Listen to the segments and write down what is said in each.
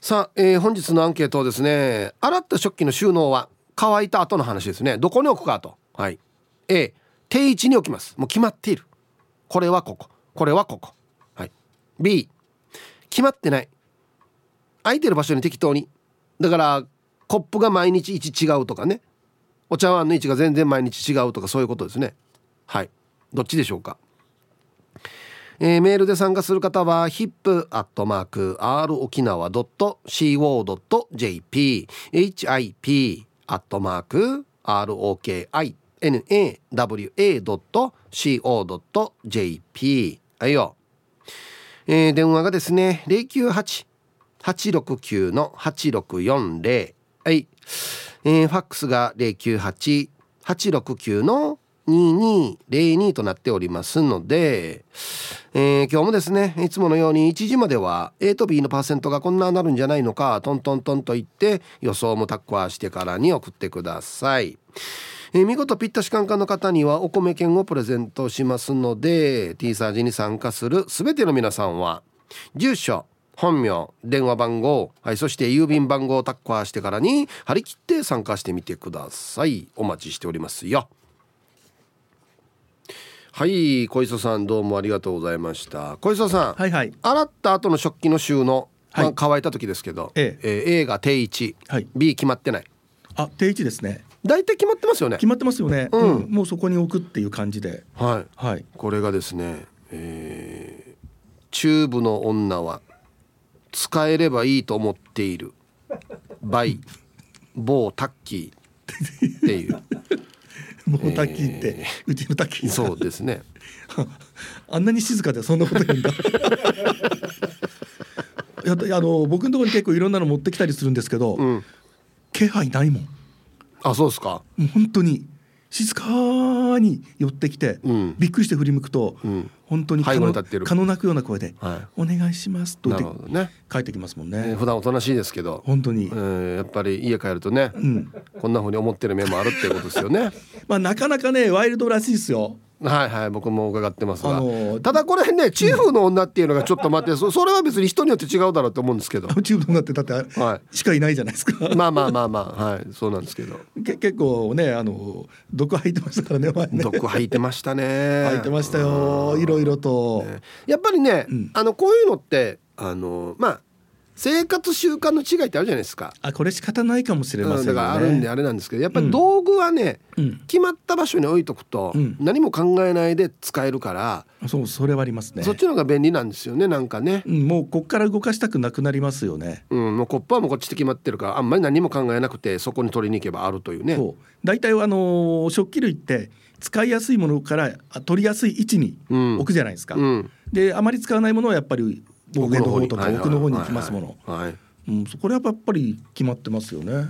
さあ、本日のアンケートはですね、洗った食器の収納は乾いた後の話ですね。どこに置くかと。はい。A、定位置に置きます。もう決まっている。これはここ、これはここ。はい。B、決まってない。空いてる場所に適当に。だからコップが毎日位置違うとかね、お茶碗の位置が全然毎日違うとか、そういうことですね。はい。どっちでしょうか。メールで参加する方は hip@rokinawa.co.jp hip@rokinawa.co.jp はいよ。電話がですね 098-869-8640 はい。ファックスが 098-869-2202 となっておりますので、今日もですね、いつものように1時までは A と B のパーセントがこんななるんじゃないのか、トントントンと言って予想もタッコアしてからに送ってください。見事ピッタシカンカンの方にはお米券をプレゼントしますので、 T サージに参加するすべての皆さんは住所、本名、電話番号、はい、そして郵便番号をタッコアしてからに張り切って参加してみてください。お待ちしておりますよ。はい、小磯さんどうもありがとうございました。小磯さん、 はいはい、 洗った後の食器の収納、 はい、 乾いた時ですけど、 A が定位置、 はい、 B 決まってない。 あ、定位置ですね。 大体決まってますよね。 決まってますよね、もうそこに置くっていう感じで、 はい、はい、これがですね、チューブの女は使えればいいと思っているバイ某タッキーっていう某タッキーって、うちのタッキー。 そうですねあんなに静かでそんなこと言うんだいや、僕のところに結構いろんなの持ってきたりするんですけど、気配ないもん。 あ、そうですか。 もう本当に静かに寄ってきて、びっくりして振り向くと、本当に蚊の鳴くような声で、お願いしますと言って帰ってきますもんね。 普段おとなしいですけど本当に、 やっぱり家帰るとね、こんな風に思ってる面もあるっていうことですよねまあなかなかねワイルドらしいですよ。 はいはい、僕も伺ってますが、ただこれね、チーフの女っていうのがちょっと待って、それは別に人によって違うだろうと思うんですけどチーフの女ってだって、しかいないじゃないですかまあはい、そうなんですけど結構ね、毒吐いてましたからね、前ね。 毒吐いてましたね吐いてましたよ、いろいろと、 やっぱりね、こういうのってまあ生活習慣の違いってあるじゃないですか。 これ仕方ないかもしれませんよね。 だからあるんであれなんですけど、やっぱり道具はね、決まった場所に置いとくと、何も考えないで使えるから、 それはありますね。 そっちの方が便利なんですよね、なんかね、 もうこっから動かしたくなくなりますよね。 もうコップはもうこっちで決まってるから、あんまり何も考えなくてそこに取りに行けばあるというね。 だいたい食器類って使いやすいものから取りやすい位置に置くじゃないですか、であまり使わないものはやっぱり上の方とか奥の方に行きますもの。これはやっぱり決まってますよね。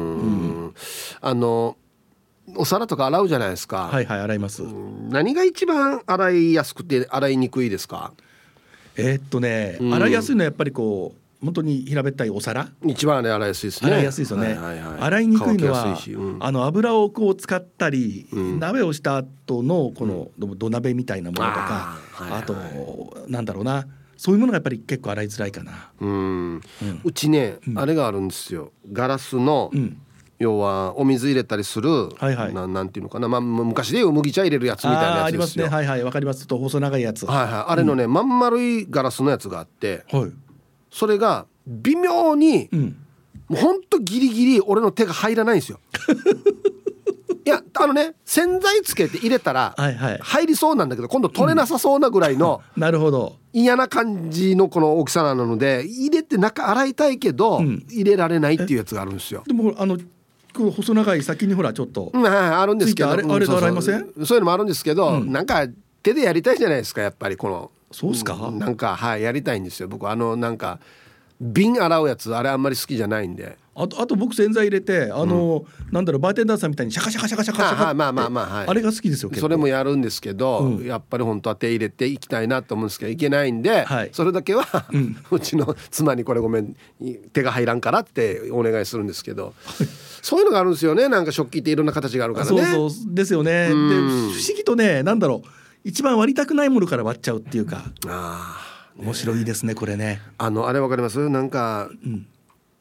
お皿とか洗うじゃないですか。 はいはい、洗います。 何が一番洗いやすくて洗いにくいですか？ 洗いやすいのはやっぱりこう本当に平べったいお皿、 一番洗いやすいですね。 洗いやすいですよね。洗いにくいのは油をこう使ったり、鍋をした後のこの土鍋みたいなものとか、あとなんだろうな、そういうものがやっぱり結構洗いづらいかな。 うちね、あれがあるんですよ。ガラスの、要はお水入れたりする、なんていうのかな、昔でいう麦茶入れるやつみたいなやつですよ。ありますね。はいはい、わかります。細長いやつ。あれのね、まん丸いガラスのやつがあって、それが微妙に、もうほんとギリギリ俺の手が入らないんですよいや洗剤つけて入れたら入りそうなんだけど、今度取れなさそうなぐらいの、 なるほど、 嫌な感じのこの大きさなので、入れて中洗いたいけど、入れられないっていうやつがあるんですよ。 でも細長い先にほらちょっとあるんですけど、 あれで洗いません？ そういうのもあるんですけど、なんか手でやりたいじゃないですか、やっぱりこの。 そうですか？ なんかやりたいんですよ僕。なんか瓶洗うやつ、あれあんまり好きじゃないんで。 あと僕洗剤入れてなんだろう、バーテンダーさんみたいにシャカシャカシャカシャカシャカって、あれが好きですよ。 それもやるんですけど、やっぱり本当は手入れていきたいなと思うんですけどいけないんで、それだけはうちの妻にこれごめん手が入らんからってお願いするんですけどそういうのがあるんですよね。なんか食器っていろんな形があるからね。 そうですよね。で不思議とね、なんだろう、一番割りたくないものから割っちゃうっていうか。面白いですねこれね。 あれわかります？なんか、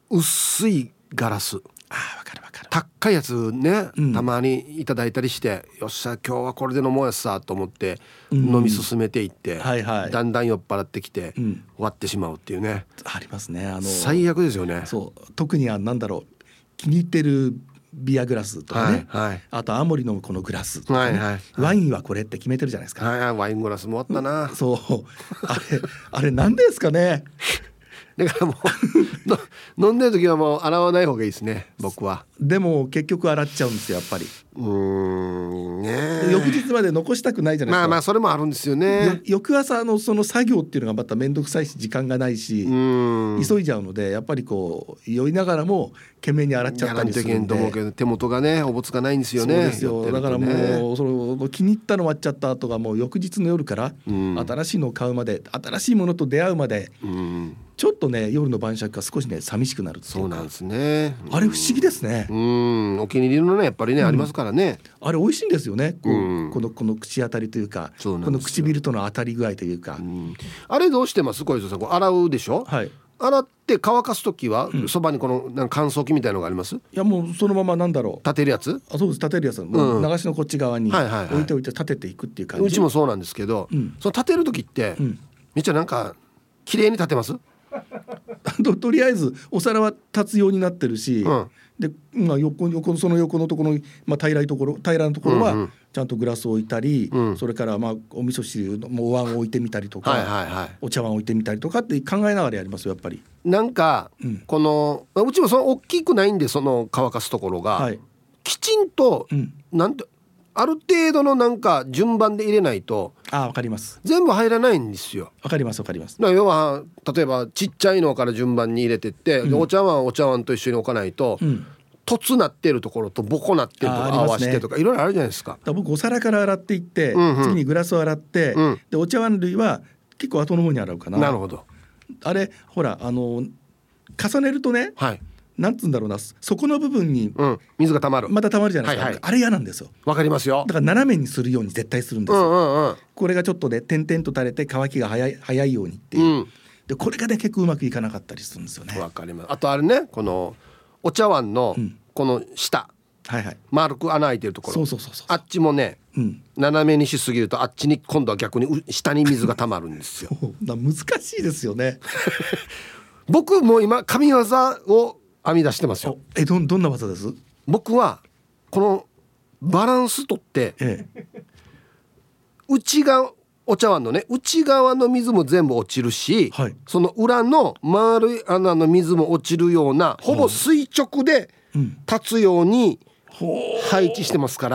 薄いガラス、 わかるわかる。 高いやつね、たまにいただいたりして、よっしゃ今日はこれで飲もうやさと思って飲み進めていって、だんだん酔っ払ってきて、終わってしまうっていうね。 ありますね。 最悪ですよね。 そう特になんだろう、気に入ってるビアグラスとかね、あと青森のこのグラスとかね、ワインはこれって決めてるじゃないですか。 ワイングラスもあったな。 そうあれなんですかね。 だからもう飲んでる時はもう洗わない方がいいですね、僕は。 でも結局洗っちゃうんですよやっぱり。 ね、 翌日まで残したくないじゃないですか。 まあそれもあるんですよね。 翌朝のその作業っていうのがまた面倒くさいし時間がないし、急いじゃうので、やっぱりこう酔いながらも懸命に洗っちゃったりするんで、 やらんといけんと思うけど手元がねおぼつかないんですよね。 そうですよ。だからもうその気に入ったの割っちゃった後がもう翌日の夜から新しいのを買うまで、新しいものと出会うまで、ちょっとね夜の晩酌が少しね寂しくなるっていうか。 そうなんですね。 あれ不思議ですね。 お気に入りのねやっぱりね、ありますからね。 あれ美味しいんですよね。この口当たりというか、この唇との当たり具合というか。 あれどうしてます小磯さん、洗うでしょ。洗って乾かすときはそばにこのなんか乾燥機みたいのがあります？いやもうそのままなんだろう、 立てるやつ。 そうです、立てるやつ、もう流しのこっち側に置いておいて立てていくっていう感じ。 うちもそうなんですけど、その立てるときってめっちゃなんか綺麗に立てます？ とりあえずお皿は立つようになってるし、で、その横のところの、平らなところはちゃんとグラスを置いたり、それからお味噌汁のお椀を置いてみたりとか、お茶碗を置いてみたりとかって考えながらやりますよやっぱり。なんか、 このうちもその大きくないんで、その乾かすところが、きちんと、なんてある程度のなんか順番で入れないと、 わかります、 全部入らないんですよ。 わかりますわかります。 要は例えばちっちゃいのから順番に入れてって、お茶碗と一緒に置かないと、凸なってるところとボコなってるところ合わせてとかいろいろあるじゃないですか。 僕お皿から洗っていって、次にグラスを洗って、でお茶碗類は結構後の方に洗うかな。 なるほど。 あれほら重ねるとね、なんつうんだろうな、底の部分に、 水がたまる、 またたまるじゃないですか。あれ嫌なんですよ。 わかりますよ。 だから斜めにするように絶対するんですよ。これがちょっとね点々と垂れて乾きが早いようにっていう、でこれがね結構うまくいかなかったりするんですよね。 わかります。あとあれね、このお茶碗のこの下、丸く穴開いてるところ、あっちもね、斜めにしすぎるとあっちに今度は逆に下に水がたまるんですよ。 難しいですよね。 僕も今神業を編み出してますよ。 どんな技です？ 僕はこのバランス取って、内側お茶碗のね内側の水も全部落ちるし、その裏の丸い穴の水も落ちるような、ほぼ垂直で立つように配置してますから。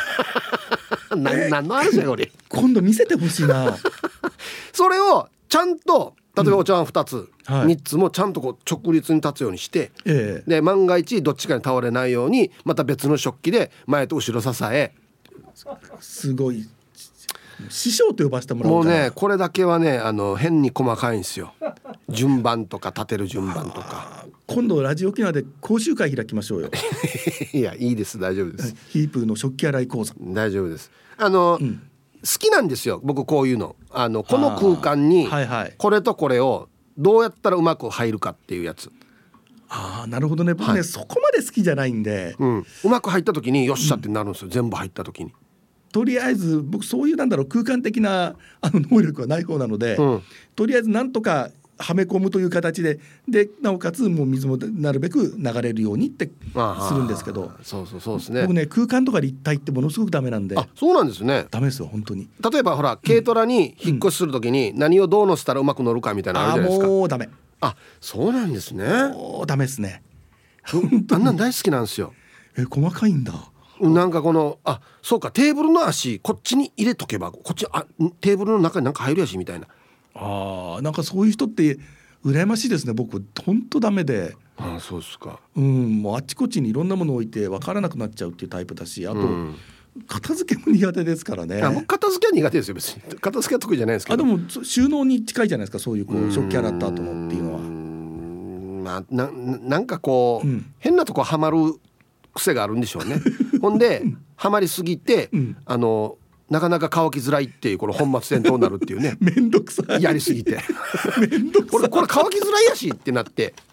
何の話だよこれ。 今度見せてほしいな。 それをちゃんと例えばお茶碗2つ、3つもちゃんとこう直立に立つようにして、で万が一どっちかに倒れないようにまた別の食器で前と後ろ支え。 すごい師匠と呼ばせてもらおうかな。 もうねこれだけはね変に細かいんですよ。順番とか立てる順番とか。 今度ラジオ沖縄で講習会開きましょうよ。 いやいいです、大丈夫です。 ヒープーの食器洗い講座大丈夫です。好きなんですよ僕こういうの。この空間にこれとこれをどうやったらうまく入るかっていうやつ。 なるほどね。僕ね、そこまで好きじゃないんで、 うまく入った時によっしゃってなるんですよ、全部入った時に。 とりあえず僕そういう空間的な能力はない方なので、とりあえずなんとかはめ込むという形でなおかつもう水もなるべく流れるようにってするんですけど。 そうですね。 僕ね空間とか立体ってものすごくダメなんで。 そうなんですね。 ダメですよ本当に。 例えばほら軽トラに引っ越しする時に何をどう乗せたらうまく乗るかみたいなのあるじゃないですか。 もうダメ。 そうなんですね。 もうダメですね。 あんなん大好きなんですよ。 細かいんだ。 なんかこのそうかテーブルの足こっちに入れとけばこっちテーブルの中になんか入るやしみたいな。 なんかそういう人って羨ましいですね。僕本当ダメで。 そうですか。 もうあっちこっちにいろんなものを置いて分からなくなっちゃうっていうタイプだし、あと、片付けも苦手ですからね。 僕片付けは苦手ですよ別に。片付けは得意じゃないですけど。 でも収納に近いじゃないですか、そういう食器洗った後のっていうのは。 なんかこう、変なとこはまる癖があるんでしょうね。ほんではまりすぎて、なかなか乾きづらいっていうこの本末転倒になるっていうね。 めんどくさい。 やりすぎて。 めんどくさい。 これ乾きづらいやしってなって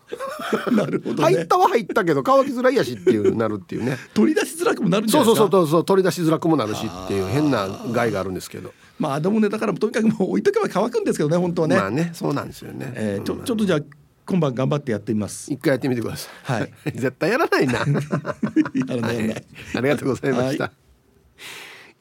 なるほど、ね、 入ったは入ったけど乾きづらいやしっていうなるっていうね。 取り出しづらくもなるんじゃないですか。 そう取り出しづらくもなるしっていう変な害があるんですけど、 まあでもね、だからとにかくもう置いとけば乾くんですけどね、本当はね。 まあね、そうなんですよね。 ちょっとじゃあ今晩頑張ってやってみます。 一回やってみてください。 はい。 絶対やらないな。 やらない、 ありがとうございました。 はい、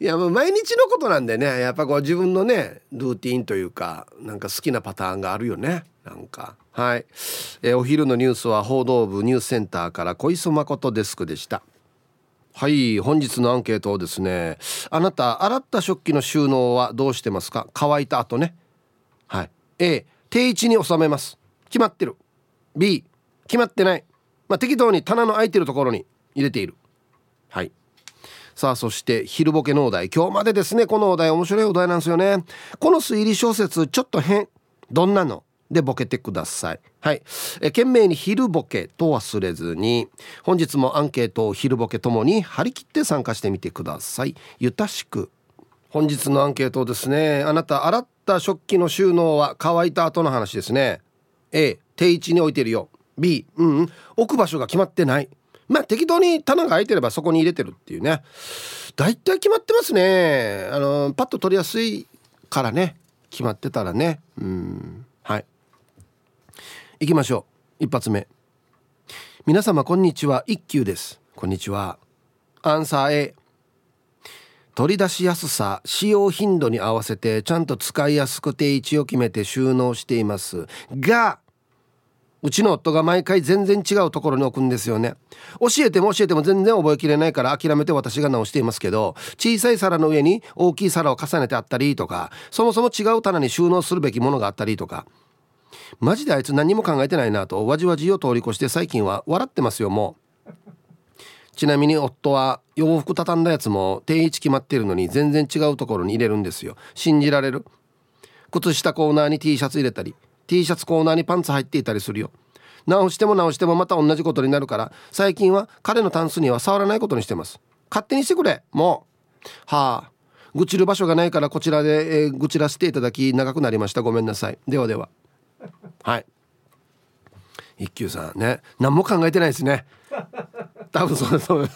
いやもう毎日のことなんでね、やっぱこう自分のねルーティンというかなんか好きなパターンがあるよね、なんか。はい、お昼のニュースは報道部ニュースセンターから小磯誠デスクでした。はい、本日のアンケートをですね、あなた洗った食器の収納はどうしてますか？乾いた後ね。はい、A 定位置に収めます。決まってる。 B 決まってない、適当に棚の空いてるところに入れている。はい、さあそして昼ボケのお題、今日までですね。このお題面白いお題なんですよね。この推理小説ちょっと変、どんなのでボケてください。はい、懸命に昼ボケと忘れずに、本日もアンケートを昼ボケともに張り切って参加してみてください。ゆたしく。本日のアンケートですね、あなた洗った食器の収納は乾いた後の話ですね。 A 定位置に置いてるよ。 B 置く場所が決まってない。適当に棚が空いてればそこに入れてるっていうね。だいたい決まってますね。パッと取りやすいからね、決まってたらね。はい、行きましょう。一発目、皆様こんにちは、一休です。こんにちは。アンサー A、 取り出しやすさ、使用頻度に合わせてちゃんと使いやすく定位置を決めて収納していますが、うちの夫が毎回全然違うところに置くんですよね。教えても全然覚えきれないから諦めて私が直していますけど、小さい皿の上に大きい皿を重ねてあったりとか、そもそも違う棚に収納するべきものがあったりとか、マジであいつ何も考えてないなとわじわじを通り越して最近は笑ってますよ。もうちなみに夫は洋服畳んだやつも定位置決まってるのに全然違うところに入れるんですよ。信じられる？靴下コーナーに T シャツ入れたり、 T シャツコーナーにパンツ入っていたりするよ。直してもまた同じことになるから、最近は彼のタンスには触らないことにしてます。勝手にしてくれもう。はあ、愚痴る場所がないからこちらで、愚痴らせていただき長くなりました。ごめんなさい。ではでは。はい、一休さんね、何も考えてないですね。多分そう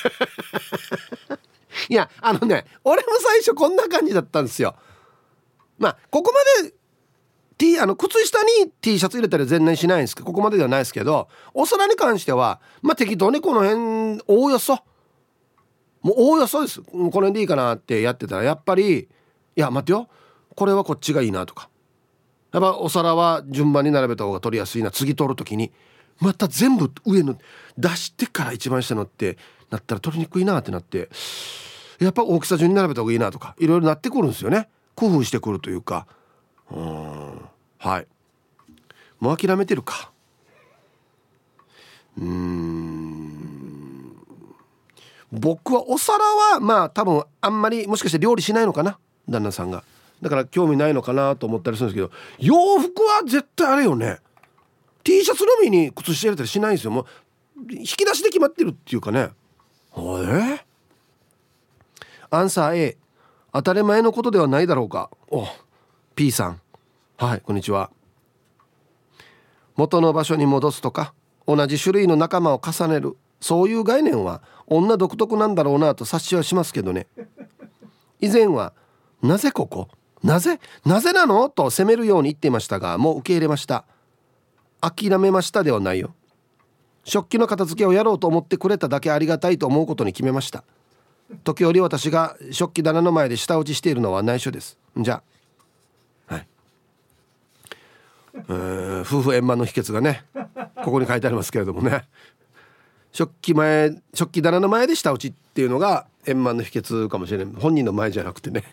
いや俺も最初こんな感じだったんですよ。ここまで靴下に T シャツ入れたり全然しないんですけど、ここまでではないですけど、お皿に関しては適当にこの辺おおよそです。この辺でいいかなってやってたら、やっぱりいや待ってよ、これはこっちがいいなとか、やっぱお皿は順番に並べた方が取りやすいな、次取るときにまた全部上の出してから一番下のってなったら取りにくいなってなって、やっぱ大きさ順に並べた方がいいなとかいろいろなってくるんですよね。工夫してくるというか。はい、もう諦めてるか。僕はお皿は多分あんまりもしかして料理しないのかな、旦那さんが。だから興味ないのかなと思ったりするんですけど、洋服は絶対あれよね。 T シャツのみに靴下入れたりしないんですよ。もう引き出しで決まってるっていうかね。アンサー A、 当たり前のことではないだろうか。P さん、はい、こんにちは。元の場所に戻すとか同じ種類の仲間を重ねる、そういう概念は女独特なんだろうなと察しはしますけどね。以前はなぜここなぜなのと責めるように言っていましたが、もう受け入れました。諦めましたではないよ。食器の片付けをやろうと思ってくれただけありがたいと思うことに決めました。時折私が食器棚の前で舌打ちしているのは内緒です。じゃあ、はい、夫婦円満の秘訣がねここに書いてありますけれどもね、食器棚の前で舌打ちっていうのが円満の秘訣かもしれない。本人の前じゃなくてね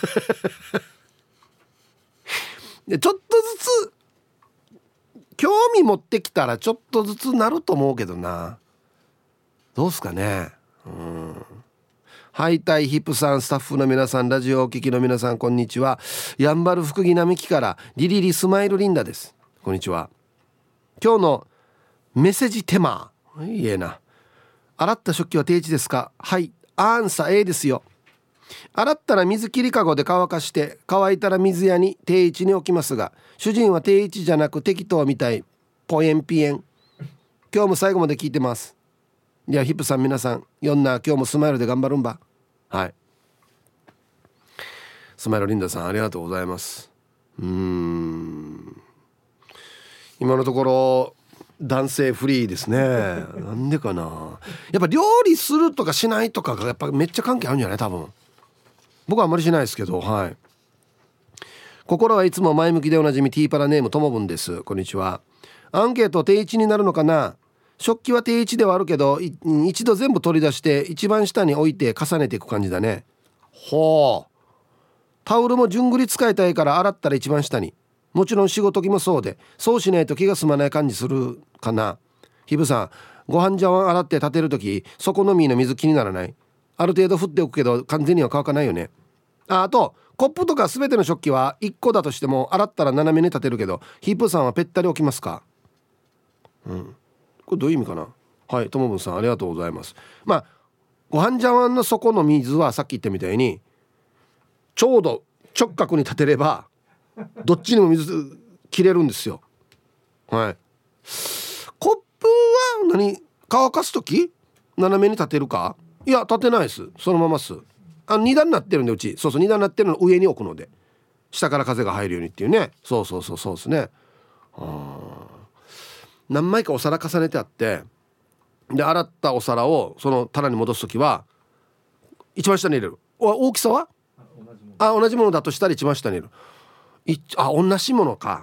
でちょっとずつ興味持ってきたらちょっとずつなると思うけどな。どうすかね。ハイタイヒップさん、スタッフの皆さん、ラジオお聞きの皆さん、こんにちは。やんばる福木並木からリリリスマイルリンダです。こんにちは。今日のメッセージテーマ、いいな。洗った食器は定位置ですか？はい、アンサー A ですよ。洗ったら水切りかごで乾かして、乾いたら水屋に定位置に置きますが、主人は定位置じゃなく適当みたいポエンピエン。今日も最後まで聞いてます。いやヒップさん皆さんよんな今日もスマイルで頑張るんば。はい、スマイルリンダさんありがとうございます。今のところ男性フリーですね。なんでかな。やっぱ料理するとかしないとかがやっぱめっちゃ関係あるんじゃない。多分僕はあんまりしないですけど。はい。心はいつも前向きでおなじみティーパラネームともぶんです。こんにちは。アンケート定位置になるのかな。食器は定位置ではあるけど一度全部取り出して一番下に置いて重ねていく感じだね。ほう。タオルも順繰り使いたいから洗ったら一番下に。もちろん仕事着もそうで、そうしないと気が済まない感じするかな。ひぶさん、ご飯茶碗洗って立てるとき底の実の水気にならない。ある程度振っておくけど完全には乾かないよね。あとコップとか全ての食器は1個だとしても洗ったら斜めに立てるけど、ヒープさんはぺったり置きますか。これどういう意味かな。はい、ともぶんさんありがとうございます。まあご飯茶碗の底の水はさっき言ったみたいにちょうど直角に立てればどっちにも水切れるんですよ。はい。コップは何乾かすとき斜めに立てるか。いや立てないです。そのままっす。2段になってるんでうち。そうそう2段になってるの上に置くので下から風が入るようにっていうね。そうですね。何枚かお皿重ねてあってで洗ったお皿をその棚に戻すときは一番下に入れる。大きさは同じものだとしたら一番下に入れる。同じものか。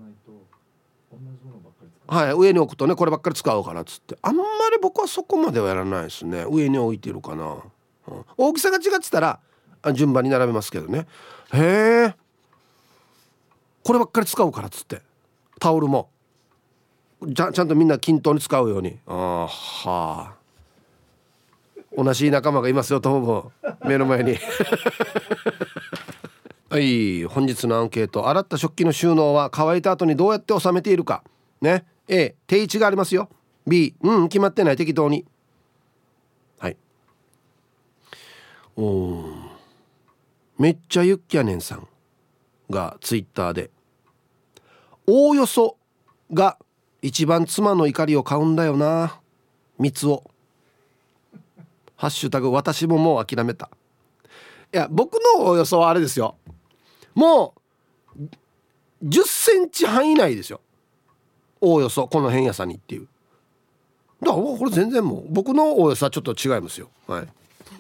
はい、上に置くとねこればっかり使うからっつってあんまり僕はそこまではやらないですね。上に置いてるかな。大きさが違ってたら順番に並べますけどね。へえ、こればっかり使うからっつってタオルもちゃんとみんな均等に使うように。はあ、同じ仲間がいますよと思う目の前にはい、本日のアンケート。洗った食器の収納は乾いた後にどうやって収めているかね。 A 定位置がありますよ。 B 決まってない適当に。はい。めっちゃゆっきゃねんさんがツイッターでおおよそが一番妻の怒りを買うんだよな。蜜をハッシュタグ私ももう諦めた。いや僕のおおよそはあれですよ。もう10センチ半以内ですよ。おおよそこの辺やさにっていう。だからこれ全然もう僕のおおよそはちょっと違いますよ。はい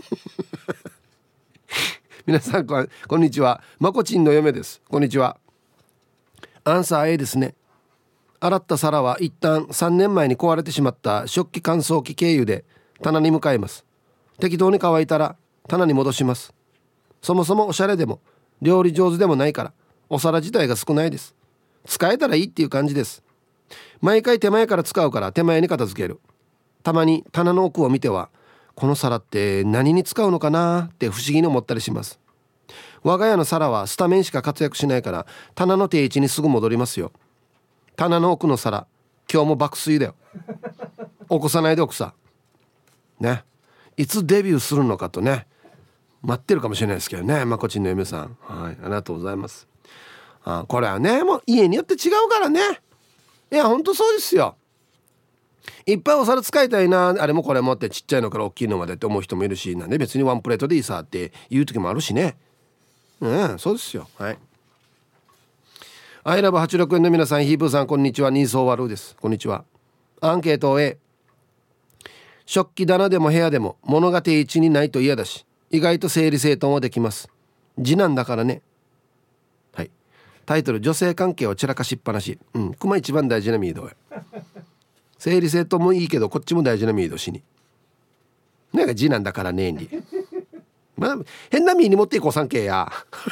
皆さんこんにちは。まこちんの嫁です。こんにちは。アンサー A ですね。洗った皿は一旦3年前に壊れてしまった食器乾燥機経由で棚に向かいます。適当に乾いたら棚に戻します。そもそもおしゃれでも料理上手でもないからお皿自体が少ないです。使えたらいいっていう感じです。毎回手前から使うから手前に片付ける。たまに棚の奥を見てはこの皿って何に使うのかなって不思議に思ったりします。我が家の皿はスタメンしか活躍しないから棚の定位置にすぐ戻りますよ。棚の奥の皿今日も爆睡だよ。起こさないでおくさね。いつデビューするのかとね待ってるかもしれないですけどね。まこちんの嫁さん、はい、ありがとうございます。これはねもう家によって違うからね。いやほんとそうですよ。いっぱいお皿使いたいなあれもこれもってちっちゃいのから大きいのまでって思う人もいるし、なんで別にワンプレートでいいさって言う時もあるしね。そうですよ。はい。アイラブ86円の皆さん、ヒープーさんこんにちは。ニーソーワルーです。こんにちは。アンケート A。 食器棚でも部屋でも物が定位置にないと嫌だし意外と整理整頓はできます。次男だからね。はい。タイトル女性関係を散らかしっぱなし。クマ一番大事なミードへ整理整頓もいいけどこっちも大事なミードしになんか次男だからねにまあ変なミーに持っていこう産経や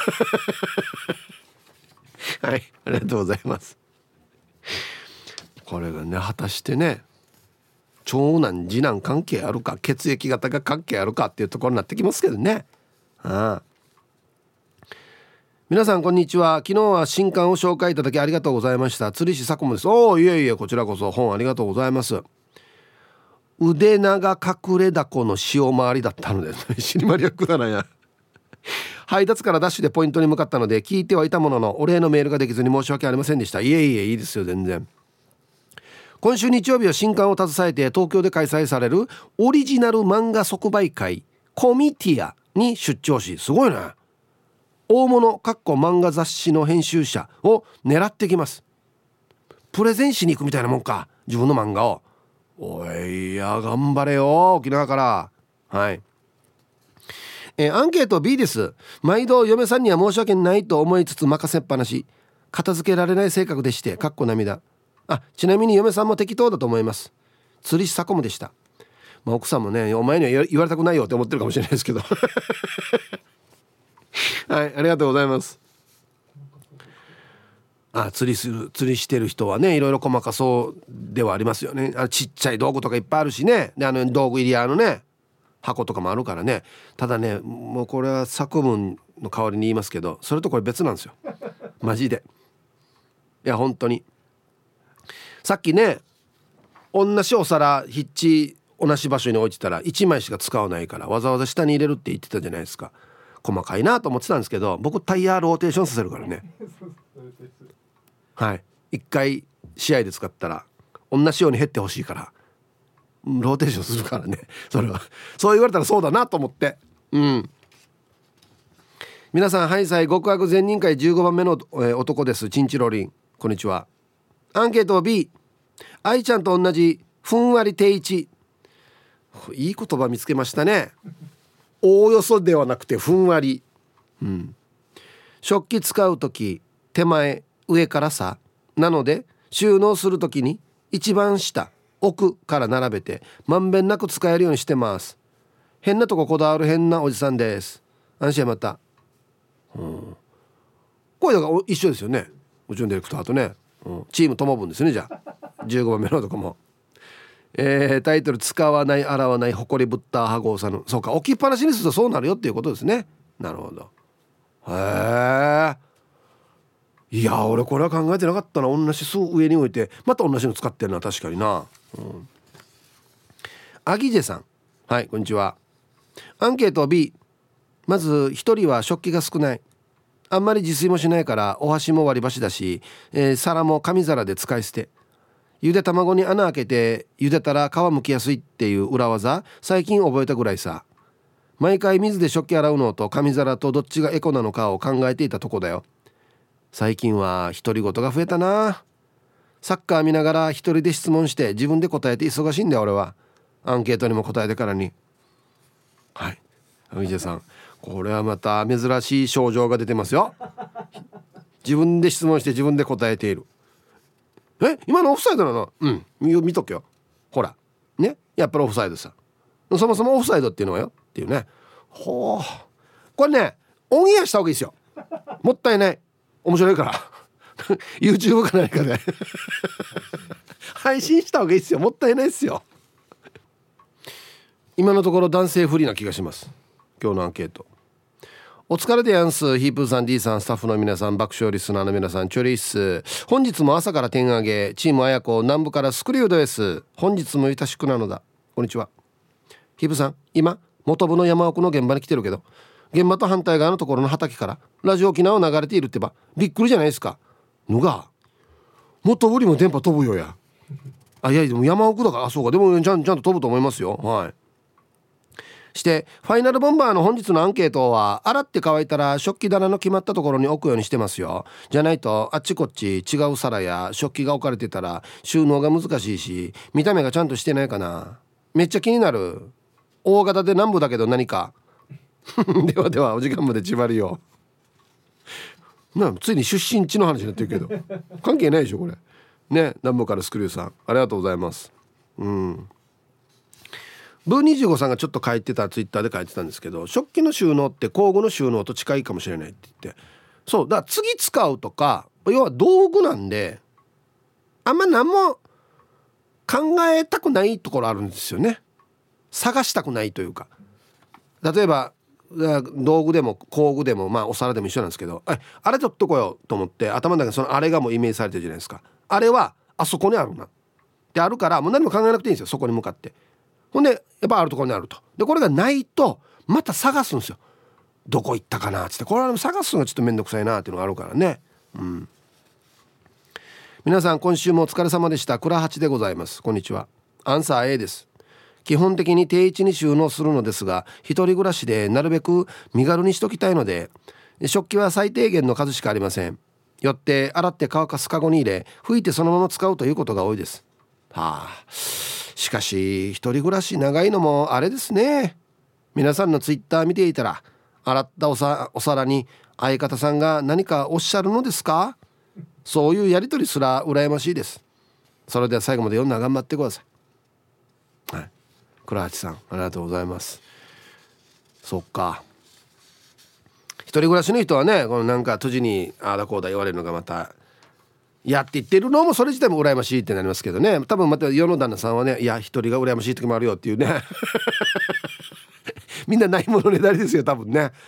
はい、ありがとうございます。これがね果たしてね長男次男関係あるか血液型が関係あるかっていうところになってきますけどね。皆さんこんにちは。昨日は新刊を紹介いただきありがとうございました。釣り師佐久間です。いえいえこちらこそ本ありがとうございます。腕長隠れだこの塩回りだったので死にまりはくだなや配達からダッシュでポイントに向かったので聞いてはいたもののお礼のメールができずに申し訳ありませんでした。いえいえいいですよ全然。 今週日曜日は新刊を携えて東京で開催されるオリジナル漫画即売会コミティアに出張し、すごいね、大物漫画雑誌の編集者を狙ってきます。プレゼンしに行くみたいなもんか、自分の漫画を。おい、いや頑張れよ沖縄から。はい、アンケート B です。毎度嫁さんには申し訳ないと思いつつ任せっぱなし、片付けられない性格でして涙。ちなみに嫁さんも適当だと思います。釣りサコムでした。奥さんもね、お前には言われたくないよって思ってるかもしれないですけどはい、ありがとうございます。釣りしてる人はね、いろいろ細かそうではありますよね。ちっちゃい道具とかいっぱいあるしね。で道具入りね箱とかもあるからね。ただね、もうこれは作文の代わりに言いますけど、それとこれ別なんですよマジで。いや本当に、さっきね、同じお皿ひっち同じ場所に置いてたら1枚しか使わないからわざわざ下に入れるって言ってたじゃないですか。細かいなと思ってたんですけど、僕タイヤローテーションさせるからねはい、1回試合で使ったら同じように減ってほしいからローテーションするからね。それはそう言われたらそうだなと思って。皆さん、ハイサイ極悪善人会15番目の、男です。チンチロリン、こんにちは。アンケート B、 愛ちゃんと同じふんわり定位置。いい言葉見つけましたね。おおよそではなくてふんわり、食器使うとき手前上からさ、なので収納するときに一番下奥から並べてまんべんなく使えるようにしてます。変なとここだわる変なおじさんです。安心また。これだから一緒ですよね、うちのディレクターとね、チームともぶんですね。じゃあ15番目のとこも、タイトル、使わない洗わないほこりぶったはごうさぬ。そうか、置きっぱなしにするとそうなるよっていうことですね。なるほど。へえ。いや俺これは考えてなかったな。同じ巣上に置いてまた同じの使ってるな、確かにな。アギジェさん、はい、こんにちは。アンケート B、 まず一人は食器が少ない。あんまり自炊もしないからお箸も割り箸だし、皿も紙皿で使い捨て。ゆで卵に穴開けて茹でたら皮むきやすいっていう裏技最近覚えたぐらいさ。毎回水で食器洗うのと紙皿とどっちがエコなのかを考えていたとこだよ。最近は独り言が増えたな。サッカー見ながら一人で質問して自分で答えて忙しいんだよ俺は。アンケートにも答えてからに。はい、アミジェさん、これはまた珍しい症状が出てますよ。自分で質問して自分で答えている。今のオフサイドなの？見とけよ。ほらね、やっぱりオフサイドさ。そもそもオフサイドっていうのはよっていうね。ほう、これねオンエアした方がいいですよ。もったいない、面白いからYouTube か何かで配信した方がいいですよ。もったいないですよ。今のところ男性不利な気がします。今日のアンケート。お疲れでやんす。ヒープーさん、 D さん、スタッフの皆さん、爆笑リスナーの皆さん、チョリース。本日も朝から点上げ、チームあやこ南部からスクリュードです。本日もいたしくなのだ。こんにちは。ヒープーさん、今元部の山奥の現場に来てるけど、現場と反対側のところの畑からラジオ沖縄を流れているってばびっくりじゃないですか。のが元部にも電波飛ぶよや。いやでも山奥だから。そうか、でもちゃんと飛ぶと思いますよ。はい。してファイナルボンバーの本日のアンケートは、洗って乾いたら食器棚の決まったところに置くようにしてますよ。じゃないとあっちこっち違う皿や食器が置かれてたら収納が難しいし、見た目がちゃんとしてないかな。めっちゃ気になる。大型で南部だけど何かではでは、お時間まで縛りよついに出身地の話になってるけど関係ないでしょこれね。南部からスクリューさん、ありがとうございます。ブー25さんがちょっと書いてた、ツイッターで書いてたんですけど、食器の収納って工具の収納と近いかもしれないって言って。そうだから次使うとか、要は道具なんであんま何も考えたくないところあるんですよね。探したくないというか、例えば道具でも工具でもお皿でも一緒なんですけど、あれ取っとこようと思って頭の中にそのあれがもうイメージされてるじゃないですか。あれはあそこにあるなってあるから、もう何も考えなくていいんですよ。そこに向かって、ほんでやっぱあるところにあると。でこれがないとまた探すんですよ。どこ行ったかなっつって、これは探すのがちょっとめんどくさいなっていうのがあるからね。 皆さん今週もお疲れ様でした。倉八でございます。こんにちは。アンサー A です。基本的に定位置に収納するのですが、一人暮らしでなるべく身軽にしときたいので、食器は最低限の数しかありません。よって洗って乾かすカゴに入れ、拭いてそのまま使うということが多いです。しかし一人暮らし長いのもあれですね。皆さんのツイッター見ていたら、洗ったお皿に相方さんが何かおっしゃるのですか？そういうやり取りすら羨ましいです。それでは最後まで読んだら頑張ってください。はい、倉八さんありがとうございます。そっか、一人暮らしの人はね、このなんか閉じにああだこうだ言われるのがまたやって言ってるのもそれ自体も羨ましいってなりますけどね。多分また世の旦那さんはね、いや一人が羨ましい時もあるよっていうねみんなないものねだりですよ多分ね。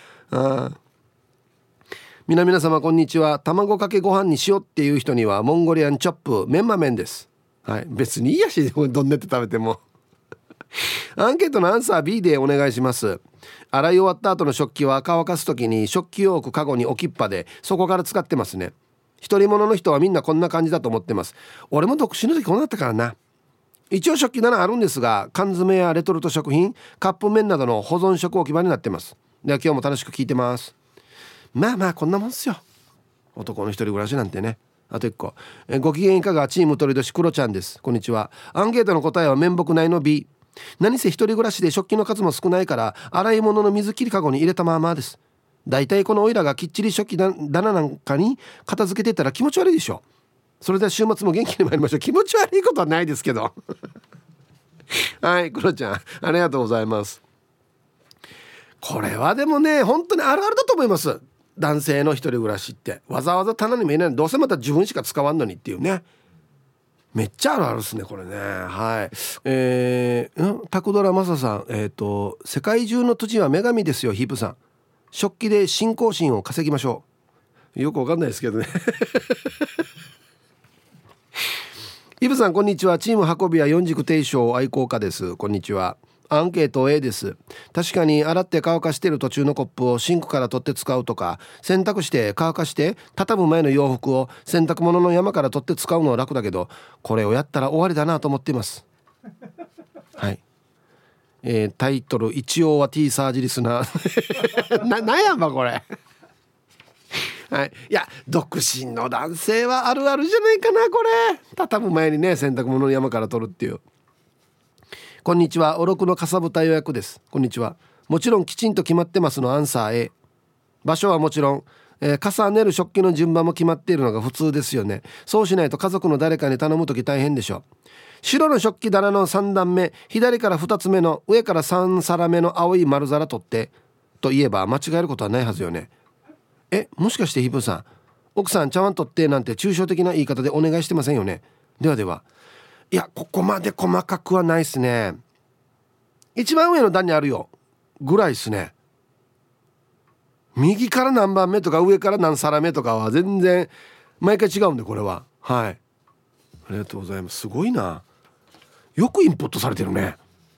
皆様こんにちは。卵かけご飯にしようっていう人にはモンゴリアンチョップメンマ麺です。はい、別にいいやしどんねって食べてもアンケートのアンサー B でお願いします。洗い終わった後の食器は乾かすときに食器を置くカゴに置きっぱでそこから使ってますね。独り者の人はみんなこんな感じだと思ってます。俺も独身の時こうなったからな。一応食器棚あるんですが、缶詰やレトルト食品、カップ麺などの保存食置き場になってます。では今日も楽しく聞いてます。まあこんなもんっすよ、男の一人暮らしなんてね。あと1個、ご機嫌いかが、チーム鳥年クロちゃんです。こんにちは。アンケートの答えは面目ないの B。 何せ一人暮らしで食器の数も少ないから洗い物の水切りかごに入れたままです。だいたいこのオイラがきっちり食器棚なんかに片付けてたら気持ち悪いでしょ。それでは週末も元気に参りましょう。気持ち悪いことはないですけどはいクロちゃんありがとうございます。これはでもね本当にあるあるだと思います。男性の一人暮らしってわざわざ棚にも入れない、どうせまた自分しか使わんのにっていうね。めっちゃあるあるですねこれね。はい、タクドラマサさん、世界中の土地は女神ですよヒープさん。食器で信仰心を稼ぎましょう。よくわかんないですけどねヒープさんこんにちは。チーム運び屋四軸定称愛好家です。こんにちは。アンケート A です。確かに洗って乾かしている途中のコップをシンクから取って使うとか、洗濯して乾かして畳む前の洋服を洗濯物の山から取って使うのは楽だけど、これをやったら終わりだなと思っていますはい、タイトル一応は T サージリスナーなんやんばこれはい、いや独身の男性はあるあるじゃないかなこれ。畳む前にね洗濯物の山から取るっていう。こんにちは。おろくのかさぶた予約です。こんにちは。もちろんきちんと決まってますのアンサー A。 場所はもちろん、重ねる食器の順番も決まっているのが普通ですよね。そうしないと家族の誰かに頼むとき大変でしょう。白の食器棚の3段目、左から2つ目の上から3皿目の青い丸皿取ってと言えば間違えることはないはずよね。もしかしてヒブさん、奥さん茶碗取ってなんて抽象的な言い方でお願いしてませんよね。では。いやここまで細かくはないですね。一番上の段にあるよぐらいですね。右から何番目とか上から何皿目とかは全然毎回違うんでこれは。はい、ありがとうございます。すごいな、よくインプットされてるね。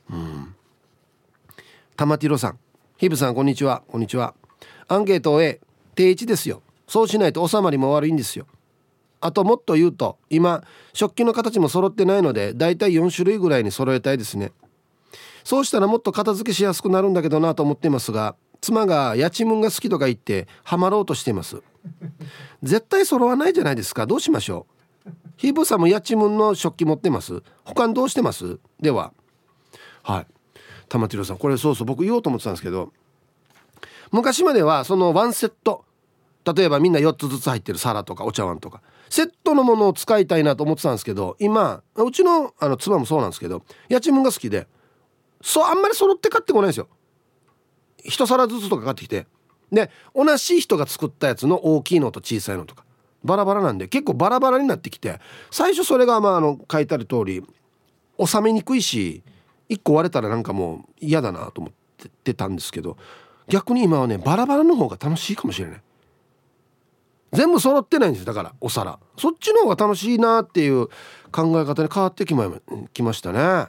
玉ティロさん、ヒブさんこんにちは。こんにちは。アンケート A、 定位置ですよ。そうしないと収まりも悪いんですよ。あともっと言うと今食器の形も揃ってないのでだいたい4種類ぐらいに揃えたいですね。そうしたらもっと片付けしやすくなるんだけどなと思っていますが、妻がやちむんが好きとか言ってハマろうとしています。絶対揃わないじゃないですか。どうしましょう。ヒープさんもやちむんの食器持ってます？他にどうしてます？では。はい、玉城さんこれそう僕言おうと思ってたんですけど、昔まではそのワンセット、例えばみんな4つずつ入ってる皿とかお茶碗とかセットのものを使いたいなと思ってたんですけど、今うちの妻もそうなんですけどやちむんが好きであんまり揃って買ってこないんですよ。一皿ずつとか買ってきて、で同じ人が作ったやつの大きいのと小さいのとかバラバラなんで結構バラバラになってきて、最初それが書いてある通り収めにくいし1個割れたらなんかもう嫌だなと思ってたんですけど、逆に今はねバラバラの方が楽しいかもしれない。全部揃ってないんですよ。だからお皿そっちの方が楽しいなっていう考え方に変わってきましたね。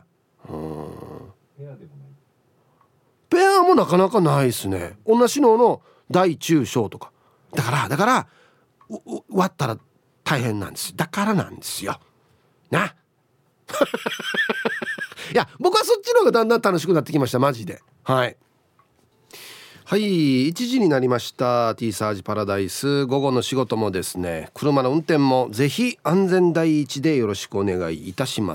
ペアもなかなかないですね。同じのの大中小とかだから割ったら大変なんです。だからなんですよな。いや僕はそっちの方がだんだん楽しくなってきましたマジで。はいはい、1時になりました。 T サージパラダイス、午後の仕事もですね、車の運転もぜひ安全第一でよろしくお願いいたします。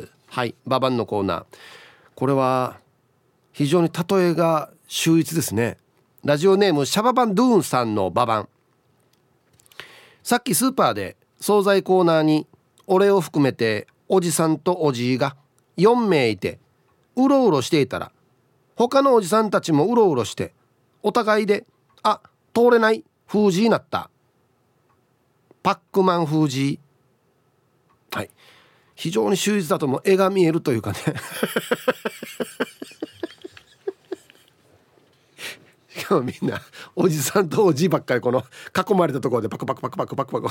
はい、ババンのコーナー、これは非常に例えが秀逸ですね。ラジオネームシャババンドゥーンさんのババン。さっきスーパーで惣菜コーナーに俺を含めておじさんとおじいが4名いてうろうろしていたら、他のおじさんたちもうろうろしてお互いで通れない封じになった。パックマン封じ。はい、非常に秀逸だとも絵が見えるというかね。しかもみんなおじさんとおじいばっかりこの囲まれたところでパクパクパクパクパクパク。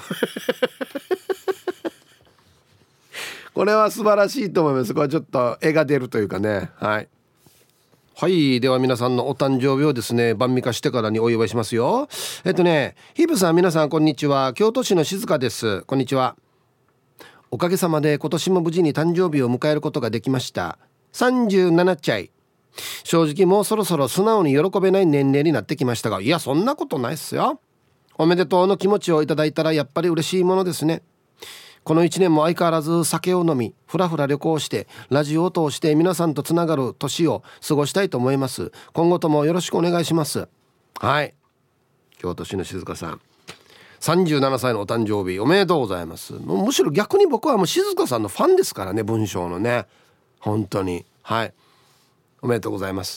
これは素晴らしいと思います。これはちょっと絵が出るというかね。はいはい、では皆さんのお誕生日をですね、晩御飯してからにお祝いしますよ。ヒープさん、皆さんこんにちは。京都市の静香です。こんにちは。おかげさまで今年も無事に誕生日を迎えることができました。37歳。正直もうそろそろ素直に喜べない年齢になってきましたが、いやそんなことないっすよ。おめでとうの気持ちをいただいたらやっぱり嬉しいものですね。この1年も相変わらず酒を飲み、ふらふら旅行して、ラジオを通して皆さんとつながる年を過ごしたいと思います。今後ともよろしくお願いします。はい、京都市の静香さん、37歳のお誕生日おめでとうございます。むしろ逆に僕はもう静香さんのファンですからね、文章のね、本当に。はい、おめでとうございます。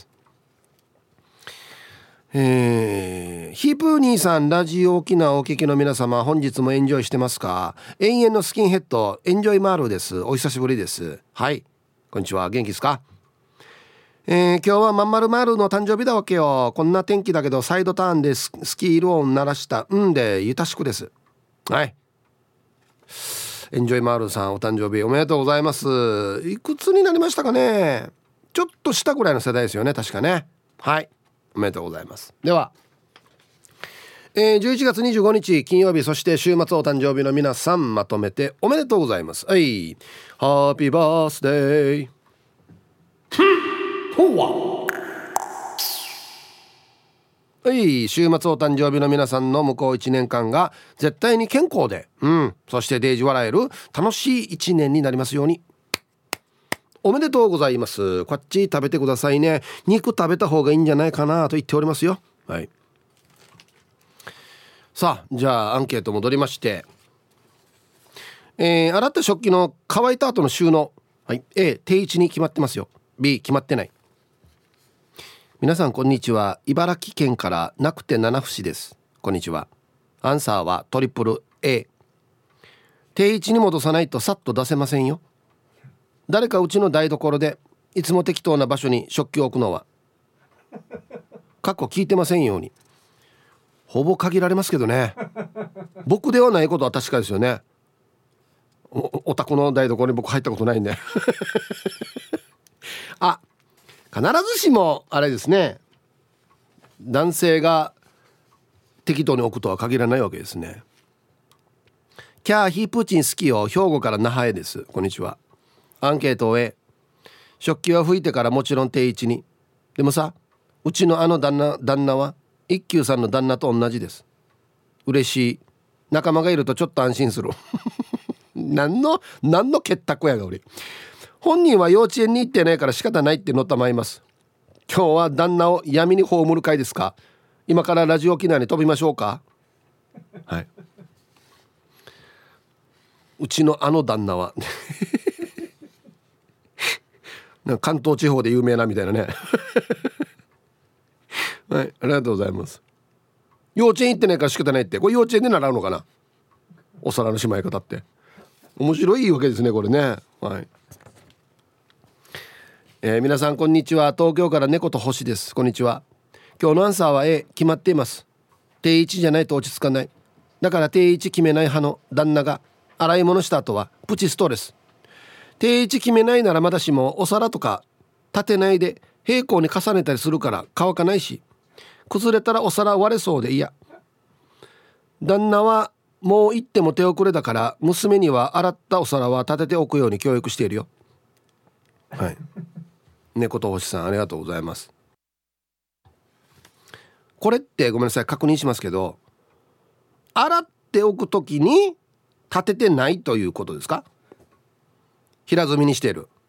ヒープー兄さん、ラジオ沖縄お聞きの皆様、本日もエンジョイしてますか？永遠のスキンヘッドエンジョイマールです。お久しぶりです。はい、こんにちは。元気ですか？今日はまんまるまるの誕生日だわけよ。こんな天気だけどサイドターンでスキール音鳴らしたでゆたしくです。はい、エンジョイマールさん、お誕生日おめでとうございます。いくつになりましたかね？ちょっと下ぐらいの世代ですよね、確かね。はい、おめでとうございます。では、11月25日金曜日、そして週末お誕生日の皆さん、まとめておめでとうございます。はい、ハッピーバースデー。ほわ。はい、週末お誕生日の皆さんの向こう1年間が絶対に健康で、そしてデージ笑える楽しい1年になりますように。おめでとうございます。こっち食べてくださいね。肉食べた方がいいんじゃないかなと言っておりますよ。はい、さあ、じゃあアンケート戻りまして、洗った食器の乾いた後の収納、はい、A 定位置に決まってますよ。 B 決まってない。皆さんこんにちは。茨城県からなくて七節です。こんにちは。アンサーはトリプル A。 定位置に戻さないとさっと出せませんよ。誰かうちの台所でいつも適当な場所に食器を置くのは過去聞いてませんように。ほぼ限られますけどね。僕ではないことは確かですよね。お宅の台所に僕入ったことないんで。必ずしもあれですね、男性が適当に置くとは限らないわけですね。キャーヒープーチン好きよ、兵庫から那覇へです。こんにちは。アンケートを終え、食器は拭いてからもちろん定位置に。でもさ、うちのあの旦那は一休さんの旦那と同じです。嬉しい。仲間がいるとちょっと安心する。何の結託やが俺。本人は幼稚園に行ってないから仕方ないってのたまいます。今日は旦那を闇に葬る会ですか？今からラジオ沖縄に飛びましょうか？はい、うちのあの旦那はなんか関東地方で有名なみたいなね。はい、ありがとうございます。幼稚園行ってないから仕方ないって、これ幼稚園で習うのかな、お皿のしまい方って。面白いわけですねこれね。はい、皆さんこんにちは。東京から猫と星です。こんにちは。今日のアンサーは A。 決まっています。定位置じゃないと落ち着かない。だから定位置決めない派の旦那が洗い物した後はプチストレス。定位置決めないならまだしも、お皿とか立てないで平行に重ねたりするから乾かないし、崩れたらお皿割れそうで嫌。旦那はもう行っても手遅れだから娘には洗ったお皿は立てておくように教育しているよ。はい。猫と星さんありがとうございます。これってごめんなさい確認しますけど、洗っておくときに立ててないということですか？平積みにしている。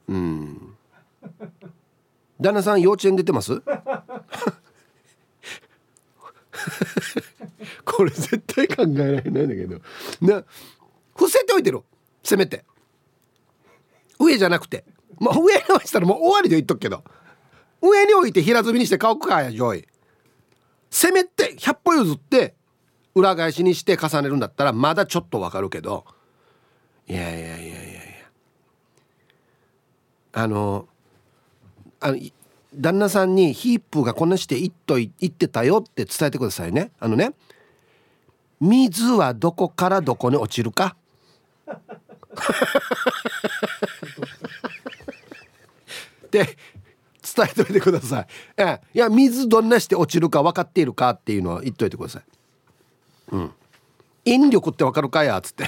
旦那さん幼稚園出てますこれ絶対考えられないんだけど伏せておいてる。せめて上じゃなくて、上に置いたらもう終わりで言っとくけど、上に置いて平積みにして顔かやジョイ。せめて100歩譲って裏返しにして重ねるんだったらまだちょっとわかるけど、いや旦那さんにヒープがこんなして言ってたよって伝えてくださいね。水はどこからどこに落ちるかって伝えといてください。いや水どんなして落ちるか分かっているかっていうのは言っといてください。引力って分かるかやつって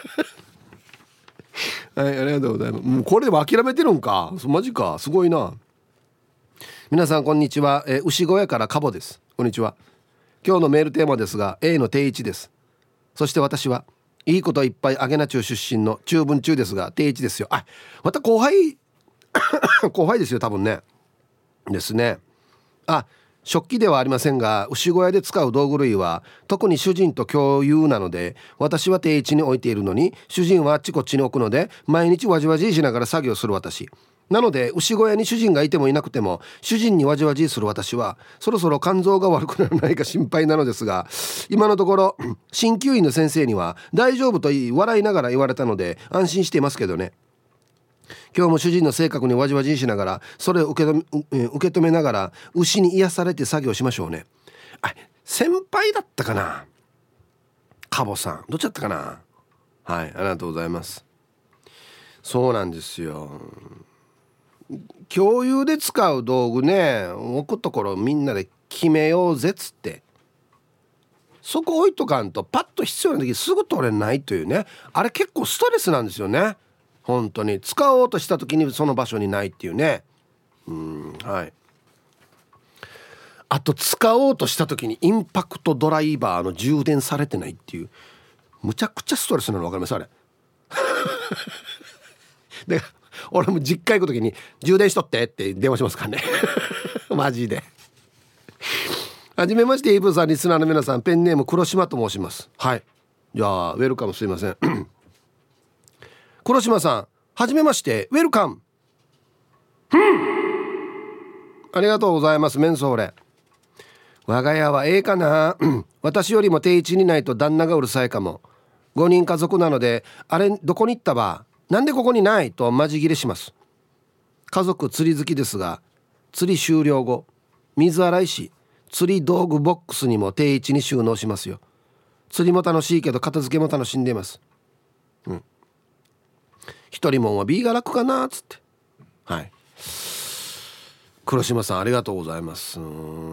はい、ありがとうございます。もうこれでも諦めてるんか、マジか、すごいな。皆さんこんにちは、牛小屋からカボです。こんにちは。今日のメールテーマですが A の定位置です。そして私はいいこといっぱいあげな中出身の中文中ですが定位置ですよ。また後輩後輩ですよ多分ね。ですね。食器ではありませんが牛小屋で使う道具類は特に主人と共有なので、私は定位置に置いているのに主人はあっちこっちに置くので毎日わじわじしながら作業する私なので、牛小屋に主人がいてもいなくても主人にわじわじする私はそろそろ肝臓が悪くならないか心配なのですが、今のところ鍼灸院の先生には大丈夫と言い笑いながら言われたので安心していますけどね。今日も主人の性格にわじわじしながらそれを受け止めながら牛に癒されて作業しましょうね。先輩だったかな、カボさんどっちだったかな。はい、ありがとうございます。そうなんですよ。共有で使う道具ね、置くところみんなで決めようぜっつってそこ置いとかんとパッと必要な時すぐ取れないというね、あれ結構ストレスなんですよね。本当に使おうとした時にその場所にないっていうね。はい。あと使おうとした時にインパクトドライバーの充電されてないっていうむちゃくちゃストレスなの分かりますあれで俺も実家行く時に充電しとってって電話しますからねマジで。はじめましてイブさん、リスナーの皆さん、ペンネーム黒島と申します。はい、じゃあウェルカム、すいません黒島さんはじめまして、ウェルカム。ありがとうございます。メンソーレ。我が家はかな私よりも定位置にないと旦那がうるさいかも。5人家族なのであれどこに行ったば、なんでここにないとマジ切れします。家族釣り好きですが釣り終了後水洗いし釣り道具ボックスにも定位置に収納しますよ。釣りも楽しいけど片付けも楽しんでいます。一人もんは B が楽かなっつって。はい、黒島さんありがとうございます。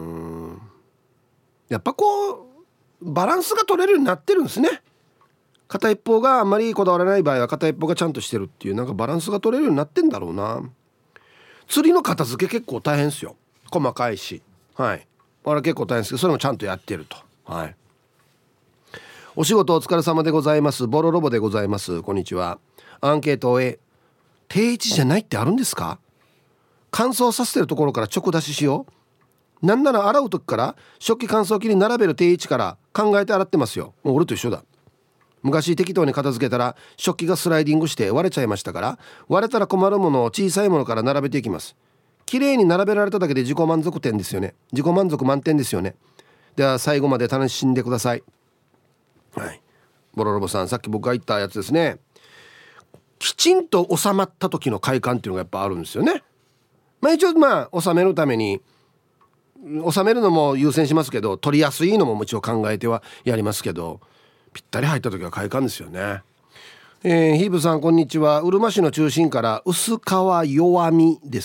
やっぱこうバランスが取れるようになってるんですね。片一方があんまりこだわらない場合は片一方がちゃんとしてるっていう、なんかバランスが取れるようになってんだろうな。釣りの片付け結構大変ですよ。細かいし、はい、あれ結構大変ですけどそれもちゃんとやってると。はい、お仕事お疲れ様でございます。ボロロボでございます。こんにちは。アンケート A、 定位置じゃないってあるんですか？乾燥させてるところから直出ししよう。なんなら洗う時から食器乾燥機に並べる定位置から考えて洗ってますよ。もう俺と一緒だ。昔適当に片付けたら食器がスライディングして割れちゃいましたから、割れたら困るものを小さいものから並べていきます。綺麗に並べられただけで自己満足点ですよね。自己満足満点ですよね。では最後まで楽しんでください。はい、ボロロボさん、さっき僕が言ったやつですね。きちんと収まった時の快感っていうのがやっぱあるんですよね。一応収めるために収めるのも優先しますけど、取りやすいのももちろん考えてはやりますけど、ぴったり入った時は快感ですよね。ヒーブさんこんにちは。うるま市の中心から薄川弱みです。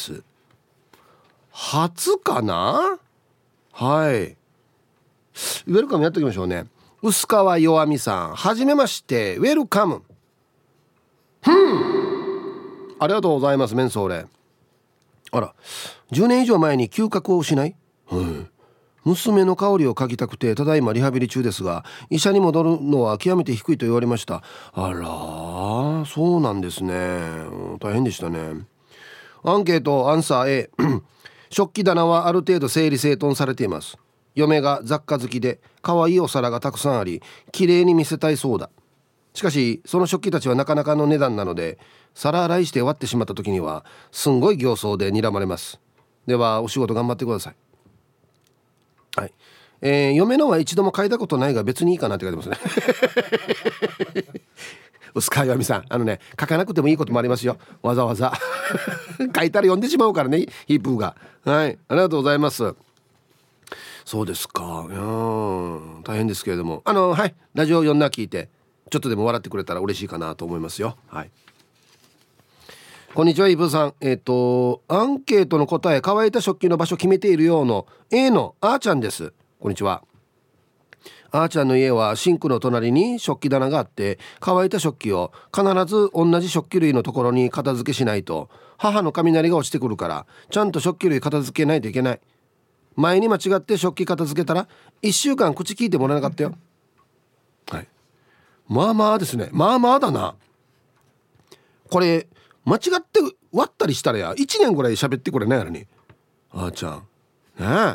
初かな。はい、ウェルカムやっておきましょうね。 薄川弱美さん、はじめまして、ウェルカム。ありがとうございます。メンソーレ。あら、10年以上前に嗅覚を失い、娘の香りを嗅ぎたくてただいまリハビリ中ですが、医者に戻るのは極めて低いと言われました。あら、そうなんですね。大変でしたね。アンケートアンサー A 食器棚はある程度整理整頓されています。嫁が雑貨好きで可愛いお皿がたくさんあり、綺麗に見せたいそうだ。しかしその食器たちはなかなかの値段なので、皿洗いして割ってしまった時にはすんごい形相で睨まれます。ではお仕事頑張ってください。はい、嫁のは一度も嗅いだことないが別にいいかなって書いてますね薄川由美さん、書かなくてもいいこともありますよ。わざわざ書いたら読んでしまうからね、ヒープーが。はい、ありがとうございます。そうですか。大変ですけれども、はい、ラジオ読んだ聞いてちょっとでも笑ってくれたら嬉しいかなと思いますよ。はい、こんにちは、イブさん。アンケートの答え、乾いた食器の場所決めているようの A のあーちゃんです。こんにちは。あーちゃんの家はシンクの隣に食器棚があって、乾いた食器を必ず同じ食器類のところに片付けしないと母の雷が落ちてくるから、ちゃんと食器類片付けないといけない。前に間違って食器片付けたら1週間口聞いてもらえなかったよ。はい、まあまあですね。まあまあだな。これ間違って割ったりしたらや1年ぐらい喋ってくれないやろに、あーちゃんね。はい、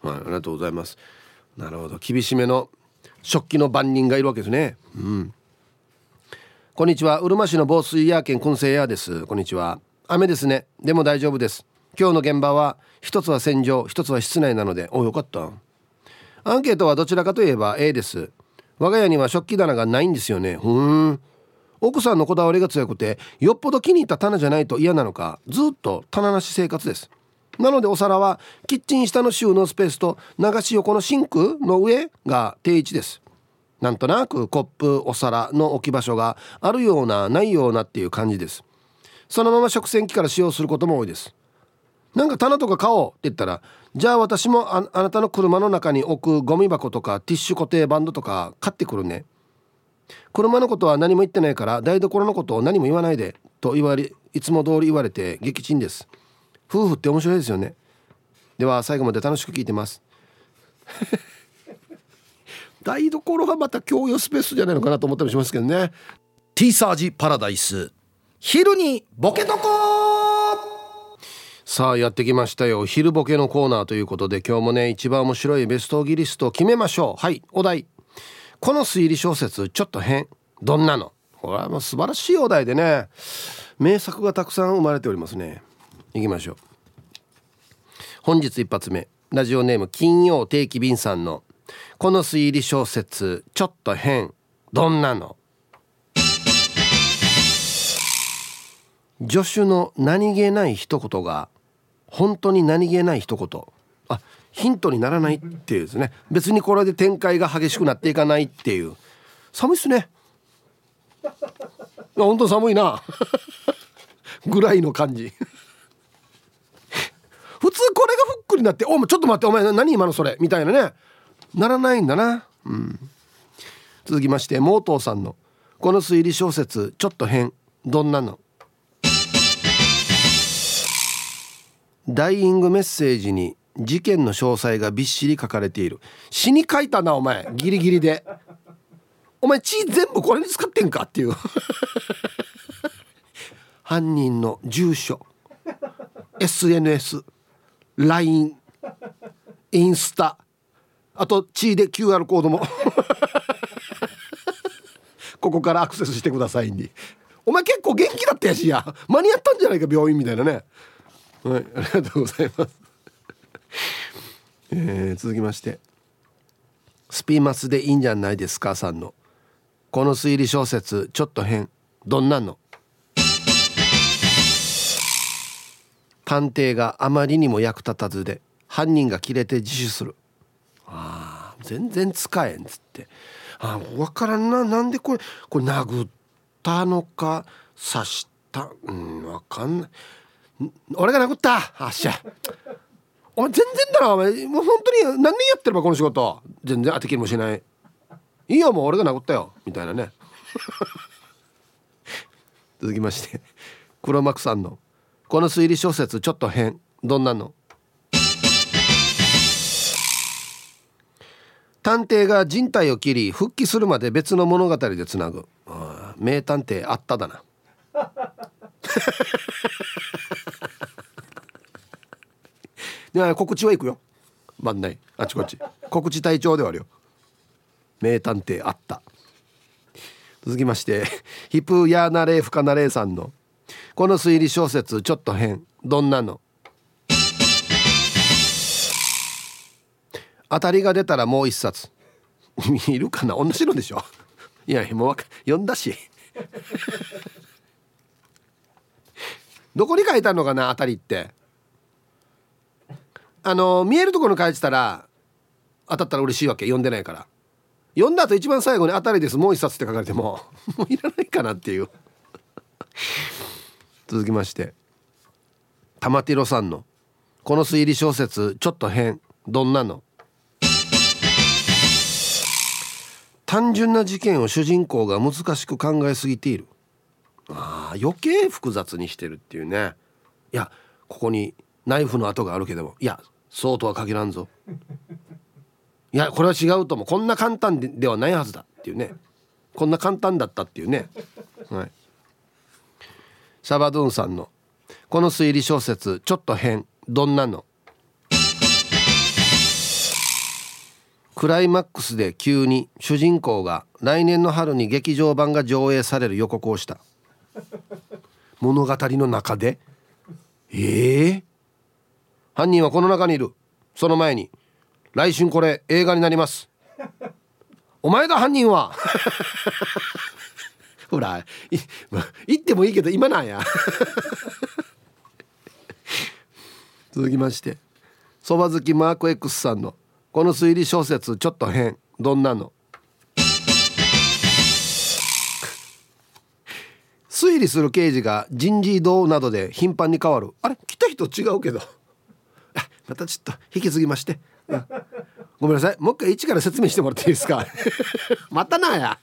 ありがとうございます。なるほど、厳しめの食器の番人がいるわけですね。こんにちは、うるま市の防水ヤー兼燻製屋です。こんにちは。雨ですね。でも大丈夫です。今日の現場は一つは洗浄、一つは室内なので、よかった。アンケートはどちらかといえば A です。我が家には食器棚がないんですよね。奥さんのこだわりが強くて、よっぽど気に入った棚じゃないと嫌なのか、ずっと棚なし生活です。なのでお皿はキッチン下の収納スペースと流し横のシンクの上が定位置です。なんとなくコップお皿の置き場所があるようなないようなっていう感じです。そのまま食洗機から使用することも多いです。なんか棚とか買おうって言ったら、じゃあ私も あなたの車の中に置くゴミ箱とかティッシュ固定バンドとか買ってくるね。車のことは何も言ってないから台所のことを何も言わないでといつも通り言われて撃沈です。夫婦って面白いですよね。では最後まで楽しく聞いてます台所がまた共用スペースじゃないのかなと思ったりしますけどね。 T サージパラダイス、昼にボケとこ。さあやってきましたよ、昼ボケのコーナーということで、今日もね一番面白いベストギリストを決めましょう。はい、お題、この推理小説ちょっと変、どんなの。これはもう素晴らしいお題でね、名作がたくさん生まれておりますね。いきましょう。本日一発目、ラジオネーム金曜定期便さんのこの推理小説ちょっと変、どんなの。助手の何気ない一言が本当に何気ない一言、ヒントにならないっていうですね。別にこれで展開が激しくなっていかないっていう。寒いっすね。本当寒いなぐらいの感じ普通これがフックになって、ちょっと待って、お前何今のそれみたいなね、ならないんだな。続きまして、モートーさんのこの推理小説ちょっと変、どんなの。ダイイングメッセージに事件の詳細がびっしり書かれている。詩に書いたなお前、ギリギリで。お前血全部これに使ってんかっていう犯人の住所、 SNS、 LINE、 インスタ、あと血で QR コードもここからアクセスしてくださいに。お前結構元気だったやしや、間に合ったんじゃないか病院みたいなね。はい、ありがとうございます続きまして、スピマスでいいんじゃないですかさんのこの推理小説ちょっと変、どんなの。探偵があまりにも役立たずで犯人がキレて自首する。全然使えんっつって、分からんな、なんでこれ殴ったのか刺した、分かんない。俺が殴った、あっしゃお前全然だなお前、もう本当に何年やってればこの仕事全然当てきりもしない。 いいよもう俺が殴ったよみたいなね続きまして黒幕さんのこの推理小説ちょっと変。どんなの？探偵が人体を切り復帰するまで別の物語でつなぐ。名探偵あっただなで告知は行くよ番内あちこち告知隊長ではあるよ。名探偵あった。続きましてヒプヤーナレーフカナレーさんのこの推理小説ちょっと変。どんなの？当たりが出たらもう一冊いるかな。同じのでしょいやもう読んだしどこに書いてあるのかな当たりって。見えるところに書いてたら当たったら嬉しいわけ。読んでないから。読んだ後一番最後に当たりですもう一冊って書かれてももういらないかなっていう続きまして玉ティロさんのこの推理小説ちょっと変。どんなの？単純な事件を主人公が難しく考えすぎている。余計複雑にしてるっていうね。いやここにナイフの跡があるけども、いやそうとは限らんぞ、いやこれは違うとも、こんな簡単 ではないはずだっていうね。こんな簡単だったっていうね、はい、シャバドゥンさんのこの推理小説ちょっと変。どんなの？クライマックスで急に主人公が来年の春に劇場版が上映される予告をした。物語の中で犯人はこの中にいる。その前に来春これ映画になります。お前だ犯人はほら言ってもいいけど今なんや続きましてそば好きマーク X さんのこの推理小説ちょっと変。どんなの？推理する刑事が人事異動などで頻繁に変わる。あれ来た人違うけどまたちょっと引き継ぎまして、ごめんなさいもう一回一から説明してもらっていいですかまたなや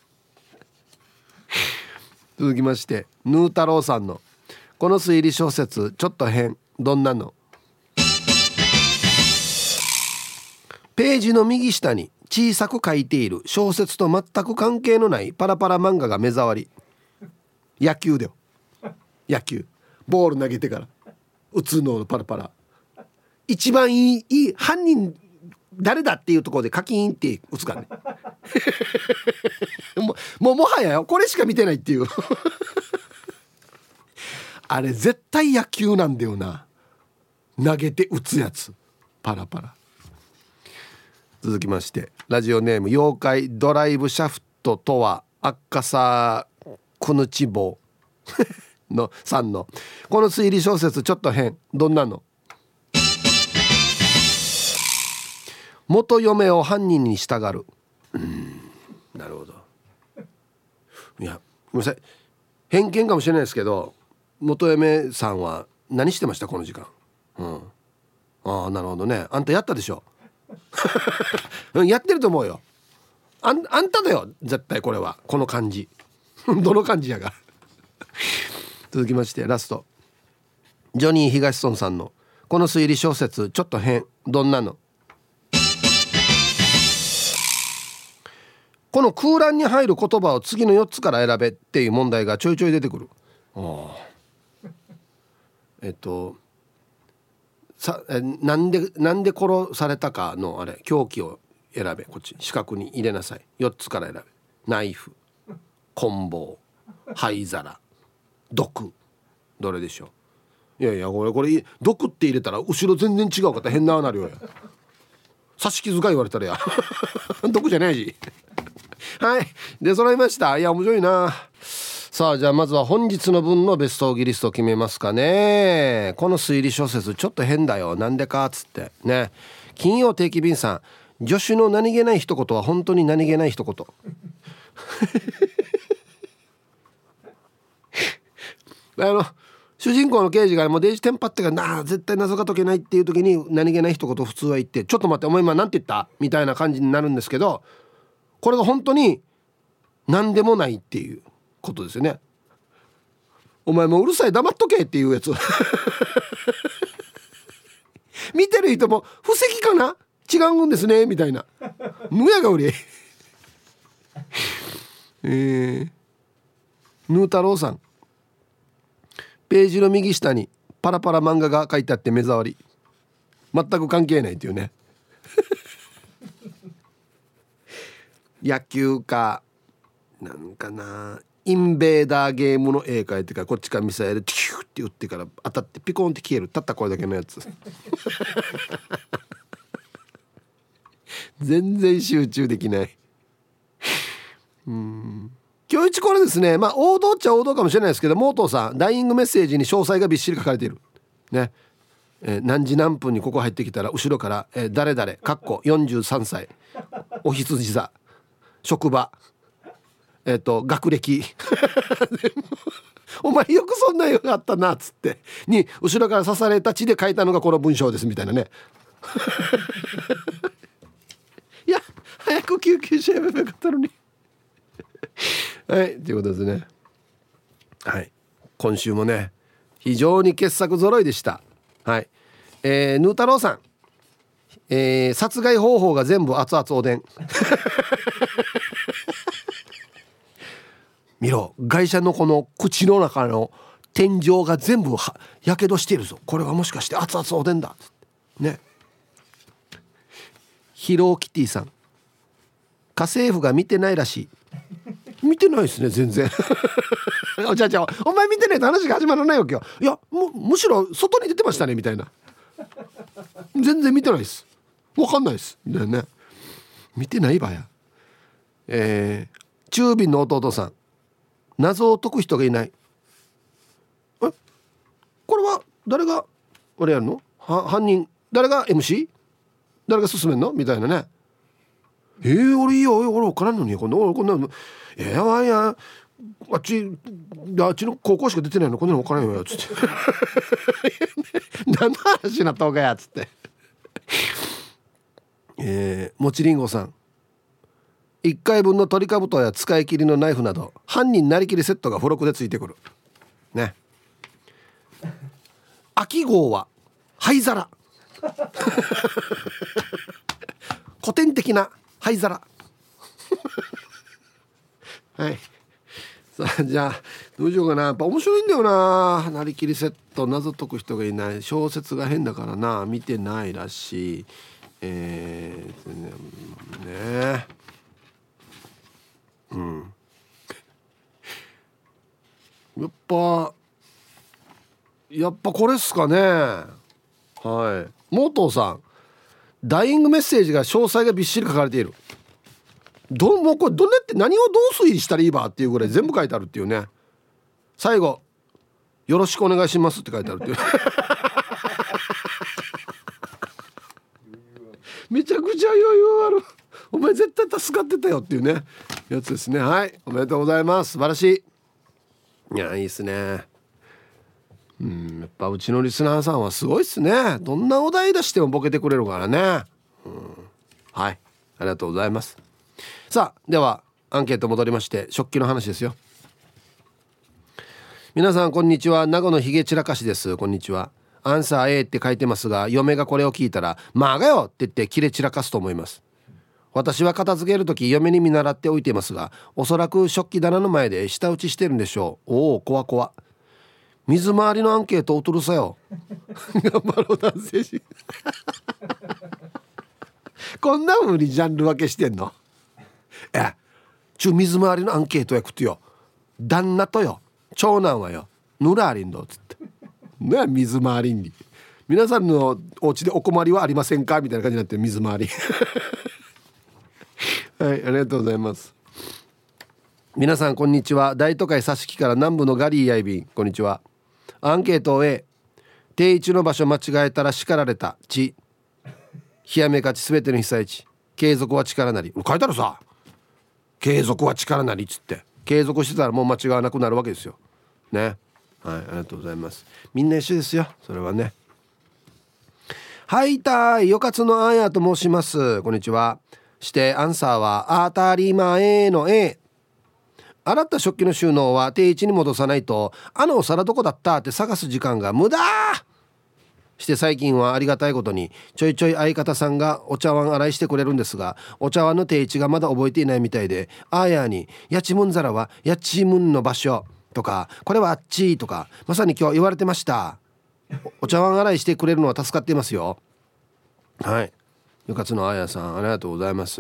続きましてヌー太郎さんのこの推理小説ちょっと変。どんなの？ページの右下に小さく書いている小説と全く関係のないパラパラ漫画が目障り。野球だよ野球。ボール投げてから打つのパラパラ。一番いい犯人誰だっていうところでカキーンって打つからねもはやよこれしか見てないっていうあれ絶対野球なんだよな。投げて打つやつパラパラ。続きましてラジオネーム妖怪ドライブシャフトとは赤さくぬちぼうのさんのこの推理小説ちょっと変。どんなの？元嫁を犯人に従う。なるほど。いやごめんなさい偏見かもしれないですけど元嫁さんは何してましたこの時間？なるほどね。あんたやったでしょやってると思うよ。あんただよ絶対これは。この感じどの感じやが続きましてラストジョニー東村さんのこの推理小説ちょっと変。どんなの？この空欄に入る言葉を次の4つから選べっていう問題がちょいちょい出てくる。なんで殺されたかのあれ凶器を選べ。こっち四角に入れなさい。4つから選べ。ナイフ、棍棒、灰皿、毒。どれでしょう？いやいやこれ毒って入れたら後ろ全然違うかったら変ななるよや。刺し傷が言われたらや毒じゃないしはい出揃いました。いや面白いな。さあじゃあまずは本日の分のベストオギリストを決めますかね。この推理小説ちょっと変だよなんでかっつってね。金曜定期便さん助手の何気ない一言は本当に何気ない一言主人公の刑事がもうデージテンパってから絶対謎が解けないっていう時に何気ない一言普通は言ってちょっと待ってお前今なんて言ったみたいな感じになるんですけどこれが本当に何でもないっていうことですよね。お前もううるさい黙っとけっていうやつ見てる人も布石かな違うんですねみたいなぬやがうれヌー太郎さん、ページの右下にパラパラ漫画が書いてあって目障り、全く関係ないっていうね野球かなんかな、インベーダーゲームの絵描いてからこっちからミサイルティューって撃ってから当たってピコンって消える、たったこれだけのやつ全然集中できない。今日一これですね、まあ王道っちゃ王道かもしれないですけど、モートーさんダイイングメッセージに詳細がびっしり書かれているね。何時何分にここ入ってきたら後ろから、誰々かっこ43歳お羊座職場学歴お前よくそんなよがあったなっつってに後ろから刺された血で書いたのがこの文章ですみたいなねいや早く救急車呼べばよかったのにはいということですね。はい、今週もね非常に傑作揃いでした。はい、ヌー太郎さん、殺害方法が全部熱々おでん見ろ、外車のこの口の中の天井が全部やけどしているぞ、これはもしかして熱々おでんだね。ヒローキティさん、家政婦が見てないらしい。見てないですね全然じゃあお前見てないと話が始まらないわけよ。いやむしろ外に出てましたねみたいな、全然見てないです、わかんないですみたいなね。見てないばや。中瓶の弟さん、謎を解く人がいない。これは誰があれやるの、犯人誰が MC 誰が進めんのみたいなね。俺いいよ、俺分からんのにこんなのやばいや、あっちの高校しか出てないの、こんなの分からんよつって何の話になったのかやつってもちりんごさん、1回分のトリカブトや使い切りのナイフなど犯人なりきりセットが付録でついてくるね。秋号は灰皿古典的な灰皿はいさあじゃあどうしようかな。やっぱ面白いんだよな、なりきりセット謎解く人がいない。小説が変だからな、見てないらしい。ねやっぱこれっすかね。はい、モートーさん、ダイイングメッセージが詳細がびっしり書かれている。もうこれどんなって何をどう推理したらいいばっていうぐらい全部書いてあるっていうね。最後よろしくお願いしますって書いてあるっていうめちゃくちゃ余裕ある、お前絶対助かってたよっていうねやつですね。はい、おめでとうございます、素晴らしい。いやいいっすね。やっぱうちのリスナーさんはすごいっすね。どんなお題出してもボケてくれるからね。はい、ありがとうございます。さあではアンケート戻りまして、食器の話ですよ。皆さんこんにちは、名護のひげ散らかしです。こんにちは。アンサー A って書いてますが、嫁がこれを聞いたらまあがよって言って切れ散らかすと思います。私は片付けるとき嫁に見習っておいていますが、おそらく食器棚の前で舌打ちしてるんでしょう。おお怖怖。水回りのアンケートを取るさよ頑張ろう男性陣こんな風にジャンル分けしてんの。水回りのアンケートやくとよ、旦那とよ長男はよぬらりんどつってね、水回りに皆さんのお家でお困りはありませんかみたいな感じになってる水回りはい、ありがとうございます。皆さんこんにちは、大都会佐敷から南部のガリーやいびん、こんにちは。アンケート A、 定位置の場所間違えたら叱られた地、冷やめ勝ちすべての被災地、継続は力なり。書いてあるさ、継続は力なりっつって、継続してたらもう間違わなくなるわけですよね。はい、ありがとうございます。みんな一緒ですよそれはね。はいたいよかつのあやと申します。こんにちは。 してアンサーは当たり前の A。 洗った食器の収納は定位置に戻さないとあのお皿どこだったって探す時間が無駄して最近はありがたいことにちょいちょい相方さんがお茶碗洗いしてくれるんですがお茶碗の定位置がまだ覚えていないみたいであーやーにやちむん皿はやちむんの場所とかこれはあっちとかまさに今日言われてました。お茶碗洗いしてくれるのは助かっていますよ。はい、ゆかつのあやさんありがとうございます。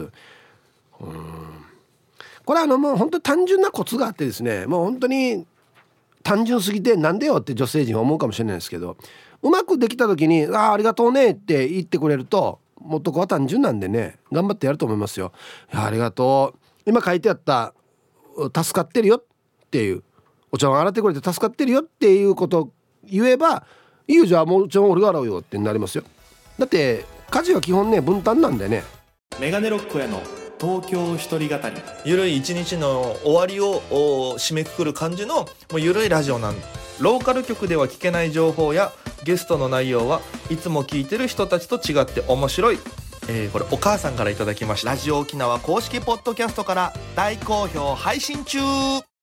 これもう本当に単純なコツがあってですね、もう本当に単純すぎてなんでよって女性陣は思うかもしれないですけど、うまくできた時にありがとうねって言ってくれるともっとこは単純なんでね頑張ってやると思いますよ。いやありがとう、今書いてあった助かってるよっていう、お茶碗洗ってくれて助かってるよっていうことを言えばいいよ、じゃあもうお茶碗俺が洗うよってなりますよ。だって家事は基本ね分担なんでね。 メガネロックへの東京一人語り、 ゆるい一日の終わりを締めくくる感じのもうゆるいラジオなんで、ローカル局では聞けない情報やゲストの内容はいつも聞いてる人たちと違って面白い、これお母さんからいただきました。ラジオ沖縄公式ポッドキャストから大好評配信中。